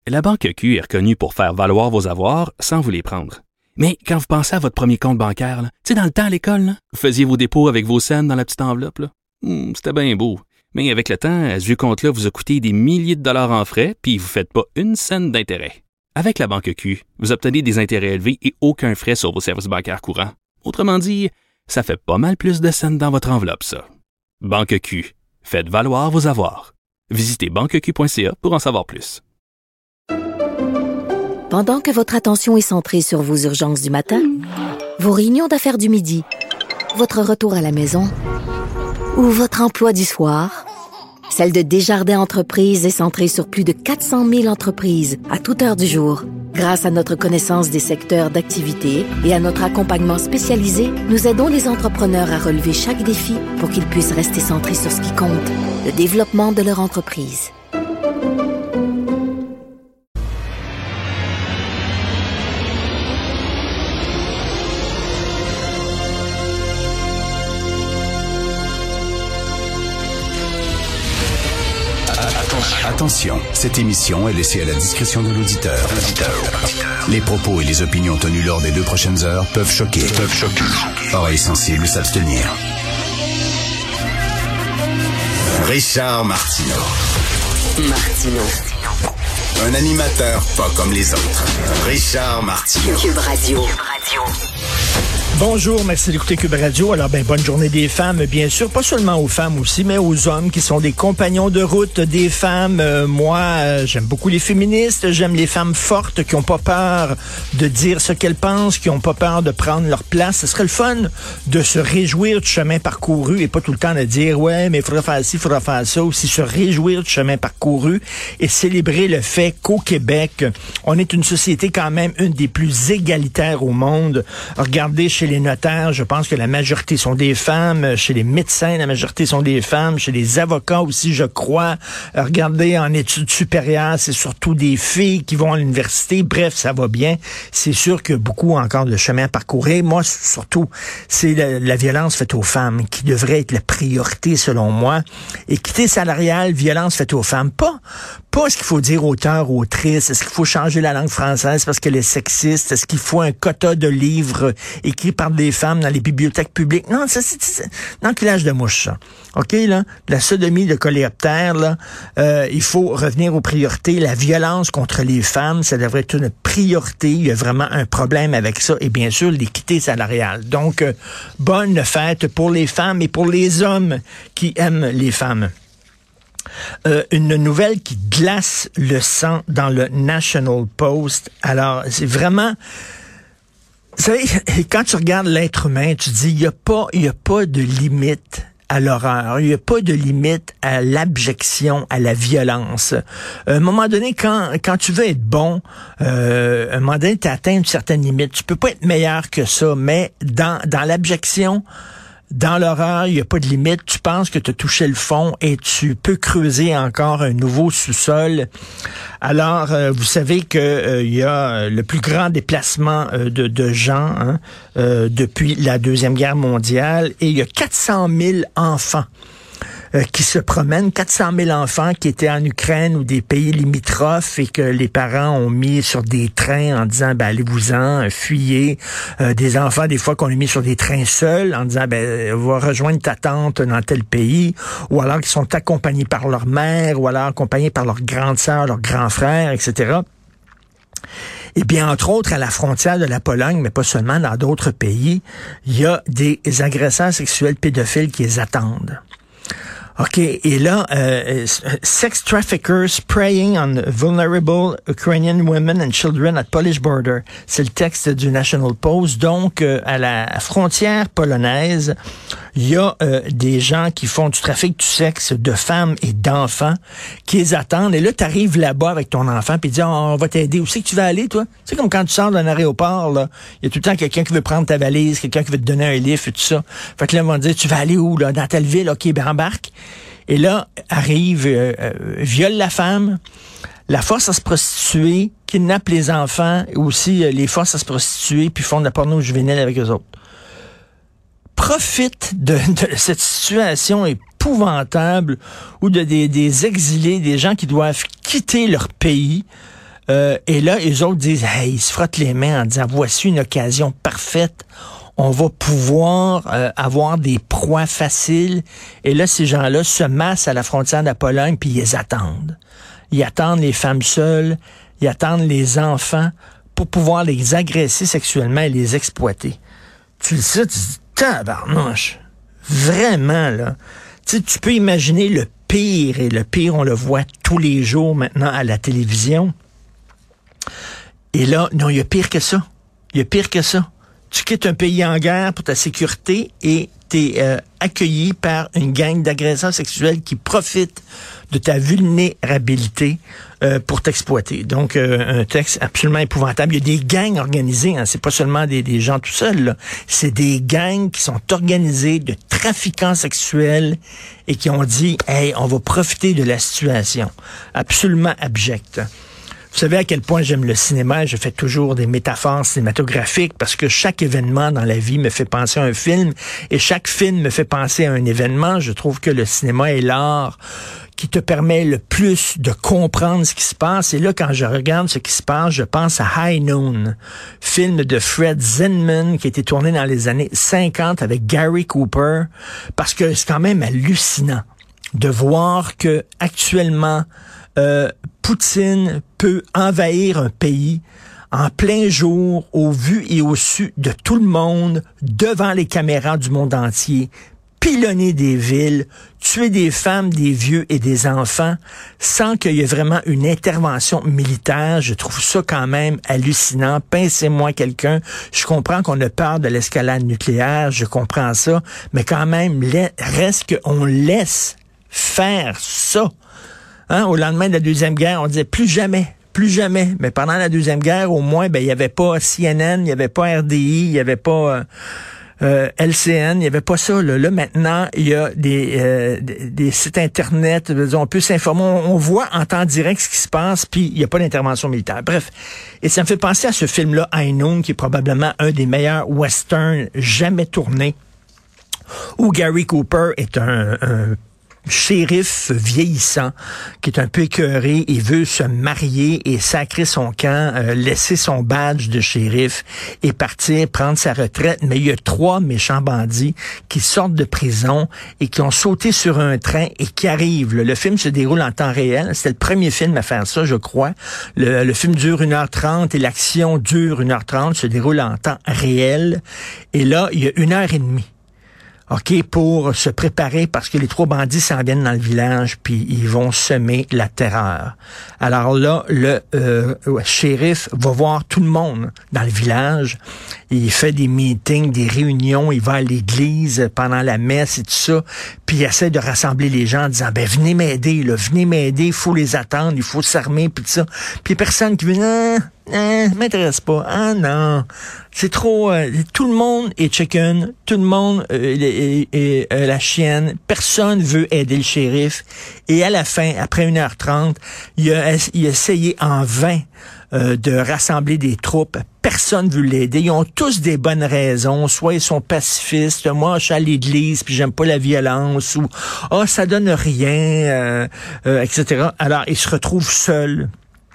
La Banque Q est reconnue pour faire valoir vos avoirs sans vous les prendre. Mais quand vous pensez à votre premier compte bancaire, tu sais, dans le temps à l'école, là, vous faisiez vos dépôts avec vos scènes dans la petite enveloppe. Là. C'était bien beau. Mais avec le temps, ce vieux compte-là vous a coûté des milliers de dollars en frais, puis vous ne faites pas une scène d'intérêt. Avec la Banque Q, vous obtenez des intérêts élevés et aucun frais sur vos services bancaires courants. Autrement dit, ça fait pas mal plus de scènes dans votre enveloppe, ça. Banque Q. Faites valoir vos avoirs. Visitez banqueq.ca pour en savoir plus. Pendant que votre attention est centrée sur vos urgences du matin, vos réunions d'affaires du midi, votre retour à la maison ou votre emploi du soir, celle de Desjardins Entreprises est centrée sur plus de 400 000 entreprises à toute heure du jour. Grâce à notre connaissance des secteurs d'activité et à notre accompagnement spécialisé, nous aidons les entrepreneurs à relever chaque défi pour qu'ils puissent rester centrés sur ce qui compte, le développement de leur entreprise. Attention, cette émission est laissée à la discrétion de l'auditeur. Les propos et les opinions tenues lors des 2 prochaines heures peuvent choquer. Oreilles sensibles s'abstenir. Richard Martineau. Un animateur pas comme les autres. Richard Martineau. Cube Radio. Bonjour, merci d'écouter Cube Radio. Alors, bonne journée des femmes, bien sûr. Pas seulement aux femmes aussi, mais aux hommes qui sont des compagnons de route des femmes. Moi, j'aime beaucoup les féministes. J'aime les femmes fortes qui ont pas peur de dire ce qu'elles pensent, qui ont pas peur de prendre leur place. Ce serait le fun de se réjouir du chemin parcouru et pas tout le temps de dire, ouais, mais il faudra faire ci, il faudra faire ça. Aussi se réjouir du chemin parcouru et célébrer le fait qu'au Québec, on est une société quand même une des plus égalitaires au monde. Regardez chez les notaires, je pense que la majorité sont des femmes. Chez les médecins, la majorité sont des femmes. Chez les avocats aussi, je crois. Regardez, en études supérieures, c'est surtout des filles qui vont à l'université. Bref, ça va bien. C'est sûr que beaucoup encore de chemin à parcourir. Moi, surtout, c'est la violence faite aux femmes qui devrait être la priorité, selon moi. Équité salariale, violence faite aux femmes. Pas ce qu'il faut dire auteur ou autrice. Est-ce qu'il faut changer la langue française parce qu'elle est sexiste? Est-ce qu'il faut un quota de livres écrits par des femmes dans les bibliothèques publiques? Non, ça, c'est l'enculage de mouche, ça. OK, là? La sodomie de coléoptère, là, il faut revenir aux priorités. La violence contre les femmes, ça devrait être une priorité. Il y a vraiment un problème avec ça. Et bien sûr, l'équité salariale. Donc, bonne fête pour les femmes et pour les hommes qui aiment les femmes. Une nouvelle qui glace le sang dans le National Post. Alors, c'est vraiment... Vous savez, quand tu regardes l'être humain, tu dis, il y a pas de limite à l'horreur. Il n'y a pas de limite à l'abjection, à la violence. À un moment donné, quand tu veux être bon, à un moment donné, tu atteins une certaine limite. Tu peux pas être meilleur que ça, mais dans l'abjection, dans l'horreur, il n'y a pas de limite. Tu penses que tu as touché le fond et tu peux creuser encore un nouveau sous-sol. Alors, vous savez que il y a le plus grand déplacement de gens depuis la Deuxième Guerre mondiale et il y a 400 000 enfants qui se promènent, 400 000 enfants qui étaient en Ukraine ou des pays limitrophes et que les parents ont mis sur des trains en disant, allez-vous-en, fuyez. Des enfants, des fois, qu'on a mis sur des trains seuls en disant, va rejoindre ta tante dans tel pays. Ou alors qu'ils sont accompagnés par leur mère, ou alors accompagnés par leur grande sœur, leur grand frère, etc. Et bien, entre autres, à la frontière de la Pologne, mais pas seulement, dans d'autres pays, il y a des agresseurs sexuels pédophiles qui les attendent. OK, et là, sex traffickers preying on vulnerable Ukrainian women and children at Polish border. C'est le texte du National Post. Donc, à la frontière polonaise, il y a des gens qui font du trafic du sexe de femmes et d'enfants qui les attendent. Et là, tu arrives là-bas avec ton enfant puis tu dis, on va t'aider. Où c'est que tu vas aller, toi? C'est comme quand tu sors d'un aéroport, là. Il y a tout le temps quelqu'un qui veut prendre ta valise, quelqu'un qui veut te donner un livre et tout ça. Fait que là, ils vont te dire, tu vas aller où, là? Dans telle ville? OK, embarque. Et là, arrive, viole la femme, la force à se prostituer, kidnappe les enfants, et aussi les forces à se prostituer, puis font de la porno juvénile avec eux autres. Profite de cette situation épouvantable où des exilés, des gens qui doivent quitter leur pays, Et là, les autres disent, hey, ils se frottent les mains en disant, voici une occasion parfaite. On va pouvoir avoir des proies faciles. Et là, ces gens-là se massent à la frontière de la Pologne, puis ils attendent. Ils attendent les femmes seules, ils attendent les enfants pour pouvoir les agresser sexuellement et les exploiter. Tu le sais, tu dis, tabarnouche, vraiment, là. Tu sais, tu peux imaginer le pire, et le pire, on le voit tous les jours maintenant à la télévision. Et là, non, il y a pire que ça. Il y a pire que ça. Tu quittes un pays en guerre pour ta sécurité et t'es accueilli par une gang d'agresseurs sexuels qui profitent de ta vulnérabilité pour t'exploiter. Donc, un texte absolument épouvantable. Il y a des gangs organisées, hein, c'est pas seulement des gens tout seuls, là. C'est des gangs qui sont organisés de trafiquants sexuels et qui ont dit, hey, on va profiter de la situation. Absolument abject. Vous savez à quel point j'aime le cinéma. Je fais toujours des métaphores cinématographiques parce que chaque événement dans la vie me fait penser à un film et chaque film me fait penser à un événement. Je trouve que le cinéma est l'art qui te permet le plus de comprendre ce qui se passe. Et là, quand je regarde ce qui se passe, je pense à High Noon, film de Fred Zinman qui a été tourné dans les années 50 avec Gary Cooper, parce que c'est quand même hallucinant de voir que actuellement Poutine peut envahir un pays en plein jour, au vu et au su de tout le monde, devant les caméras du monde entier, pilonner des villes, tuer des femmes, des vieux et des enfants, sans qu'il y ait vraiment une intervention militaire. Je trouve ça quand même hallucinant. Pincez-moi quelqu'un. Je comprends qu'on a peur de l'escalade nucléaire, je comprends ça, mais quand même, reste qu'on laisse faire ça. Hein, au lendemain de la Deuxième Guerre, on disait plus jamais. Mais pendant la Deuxième Guerre, au moins, il n'y avait pas CNN, il n'y avait pas RDI, il n'y avait pas LCN, il n'y avait pas ça. Là, maintenant, il y a des sites Internet, on peut s'informer, on voit en temps direct ce qui se passe, puis il n'y a pas d'intervention militaire. Bref, et ça me fait penser à ce film-là, High Noon, qui est probablement un des meilleurs westerns jamais tournés, où Gary Cooper est un shérif vieillissant qui est un peu écœuré, il veut se marier et sacrer son camp, laisser son badge de shérif et partir prendre sa retraite. Mais il y a 3 méchants bandits qui sortent de prison et qui ont sauté sur un train et qui arrivent. Le film se déroule en temps réel. C'était le premier film à faire ça, je crois. Le film dure 1h30 et l'action dure 1h30, se déroule en temps réel. Et là, il y a 1h30. OK, pour se préparer parce que les 3 bandits s'en viennent dans le village puis ils vont semer la terreur. Alors là, le shérif va voir tout le monde dans le village. Il fait des meetings, des réunions, il va à l'église pendant la messe et tout ça, puis il essaie de rassembler les gens en disant, venez m'aider, il faut les attendre, il faut s'armer, puis tout ça. Puis personne qui veut, m'intéresse pas. Ah non, c'est trop. Tout le monde est chicken, tout le monde est la chienne. Personne veut aider le shérif. Et à la fin, après 1h30, il a essayé en vain de rassembler des troupes. Personne veut l'aider. Ils ont tous des bonnes raisons. Soit ils sont pacifistes. Moi, je suis à l'église puis j'aime pas la violence. Ou ça donne rien, etc. Alors, ils se retrouvent seuls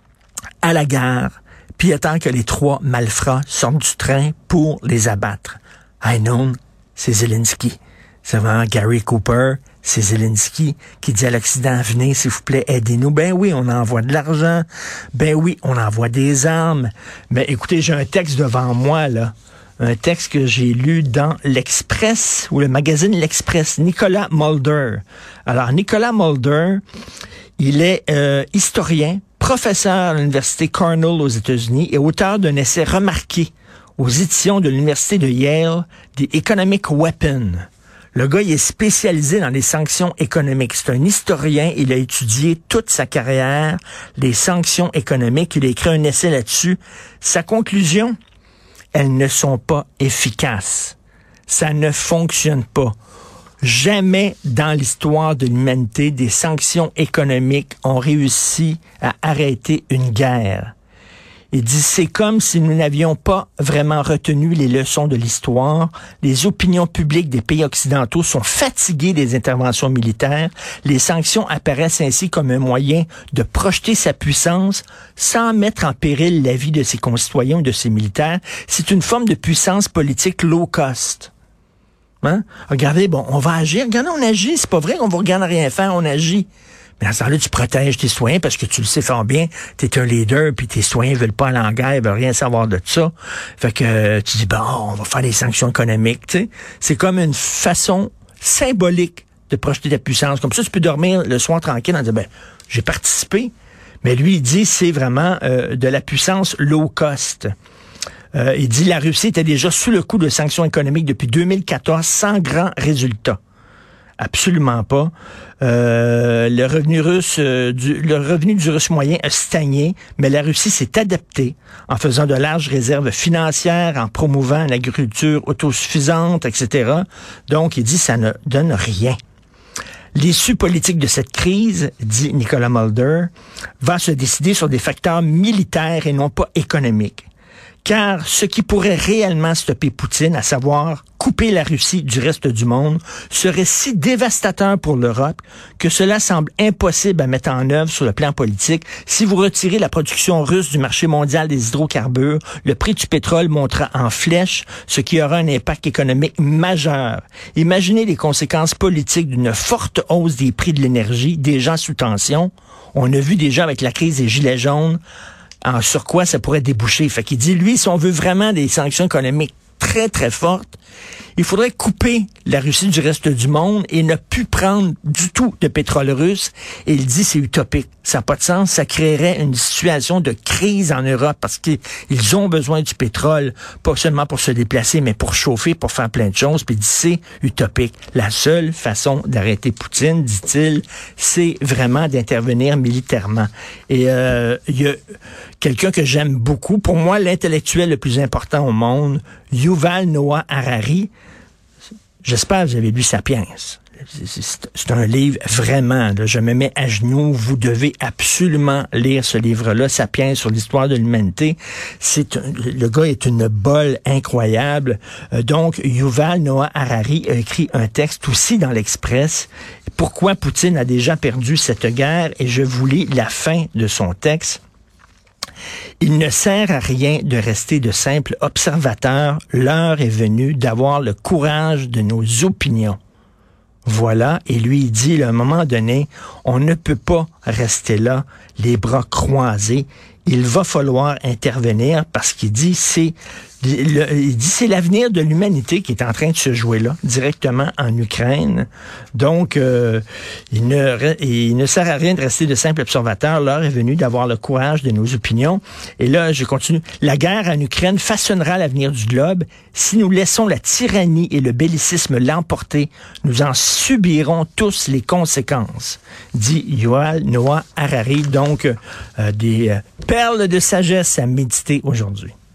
à la gare. Puis il attend que les 3 malfrats sortent du train pour les abattre. High Noon, c'est Zelensky. C'est vraiment Gary Cooper, c'est Zelensky qui dit à l'Occident, venez s'il vous plaît, aidez-nous. Ben oui, on envoie de l'argent. Ben oui, on envoie des armes. Mais écoutez, j'ai un texte devant moi, là. Un texte que j'ai lu dans l'Express, ou le magazine L'Express, Nicolas Mulder. Alors, Nicolas Mulder, il est historien, professeur à l'université Cornell aux États-Unis et auteur d'un essai remarqué aux éditions de l'université de Yale, The Economic Weapon. Le gars, il est spécialisé dans les sanctions économiques. C'est un historien, il a étudié toute sa carrière, les sanctions économiques, il a écrit un essai là-dessus. Sa conclusion, elles ne sont pas efficaces. Ça ne fonctionne pas. Jamais dans l'histoire de l'humanité, des sanctions économiques ont réussi à arrêter une guerre. Il dit, c'est comme si nous n'avions pas vraiment retenu les leçons de l'histoire. Les opinions publiques des pays occidentaux sont fatiguées des interventions militaires. Les sanctions apparaissent ainsi comme un moyen de projeter sa puissance sans mettre en péril la vie de ses concitoyens ou de ses militaires. C'est une forme de puissance politique low cost. Hein? Regardez, bon, on va agir. Regardez, on agit. C'est pas vrai qu'on vous regarde rien faire, on agit. Mais dans ce temps-là, tu protèges tes citoyens parce que tu le sais fort bien, tu es un leader, puis tes citoyens veulent pas aller en guerre, ils veulent rien savoir de ça. Fait que tu dis, bon, on va faire des sanctions économiques, tu sais. C'est comme une façon symbolique de projeter ta puissance. Comme ça, tu peux dormir le soir tranquille en disant, ben, j'ai participé. Mais lui, il dit, c'est vraiment de la puissance low cost. Il dit, la Russie était déjà sous le coup de sanctions économiques depuis 2014 sans grand résultat. Absolument pas. Le revenu du Russe moyen a stagné, mais la Russie s'est adaptée en faisant de larges réserves financières, en promouvant une agriculture autosuffisante, etc. Donc, il dit ça ne donne rien. L'issue politique de cette crise, dit Nicolas Mulder, va se décider sur des facteurs militaires et non pas économiques. Car ce qui pourrait réellement stopper Poutine, à savoir couper la Russie du reste du monde, serait si dévastateur pour l'Europe que cela semble impossible à mettre en œuvre sur le plan politique. Si vous retirez la production russe du marché mondial des hydrocarbures, le prix du pétrole montera en flèche, ce qui aura un impact économique majeur. Imaginez les conséquences politiques d'une forte hausse des prix de l'énergie, des gens sous tension. On a vu déjà avec la crise des Gilets jaunes, sur quoi ça pourrait déboucher. Fait qu'il dit, lui, si on veut vraiment des sanctions économiques très, très fortes, il faudrait couper la Russie du reste du monde et ne plus prendre du tout de pétrole russe. Et il dit, c'est utopique. Ça n'a pas de sens. Ça créerait une situation de crise en Europe parce qu'ils ont besoin du pétrole, pas seulement pour se déplacer, mais pour chauffer, pour faire plein de choses. Puis il dit, c'est utopique. La seule façon d'arrêter Poutine, dit-il, c'est vraiment d'intervenir militairement. Et il y a quelqu'un que j'aime beaucoup, pour moi, l'intellectuel le plus important au monde, Yuval Noah Harari. J'espère que vous avez lu Sapiens. C'est un livre vraiment, là, je me mets à genoux, vous devez absolument lire ce livre-là, Sapiens sur l'histoire de l'humanité. Le gars est une bolle incroyable. Donc, Yuval Noah Harari a écrit un texte aussi dans l'Express. Pourquoi Poutine a déjà perdu cette guerre? Et je vous lis la fin de son texte. Il ne sert à rien de rester de simples observateurs. L'heure est venue d'avoir le courage de nos opinions. Voilà, et lui, il dit, à un moment donné, on ne peut pas rester là, les bras croisés. Il va falloir intervenir parce qu'il dit, c'est l'avenir de l'humanité qui est en train de se jouer là, directement en Ukraine. Donc, il ne sert à rien de rester de simples observateurs. L'heure est venue d'avoir le courage de nos opinions. Et là, je continue. La guerre en Ukraine façonnera l'avenir du globe. Si nous laissons la tyrannie et le bellicisme l'emporter, nous en subirons tous les conséquences, dit Yuval Noah Harari. Donc, des perles de sagesse à méditer aujourd'hui.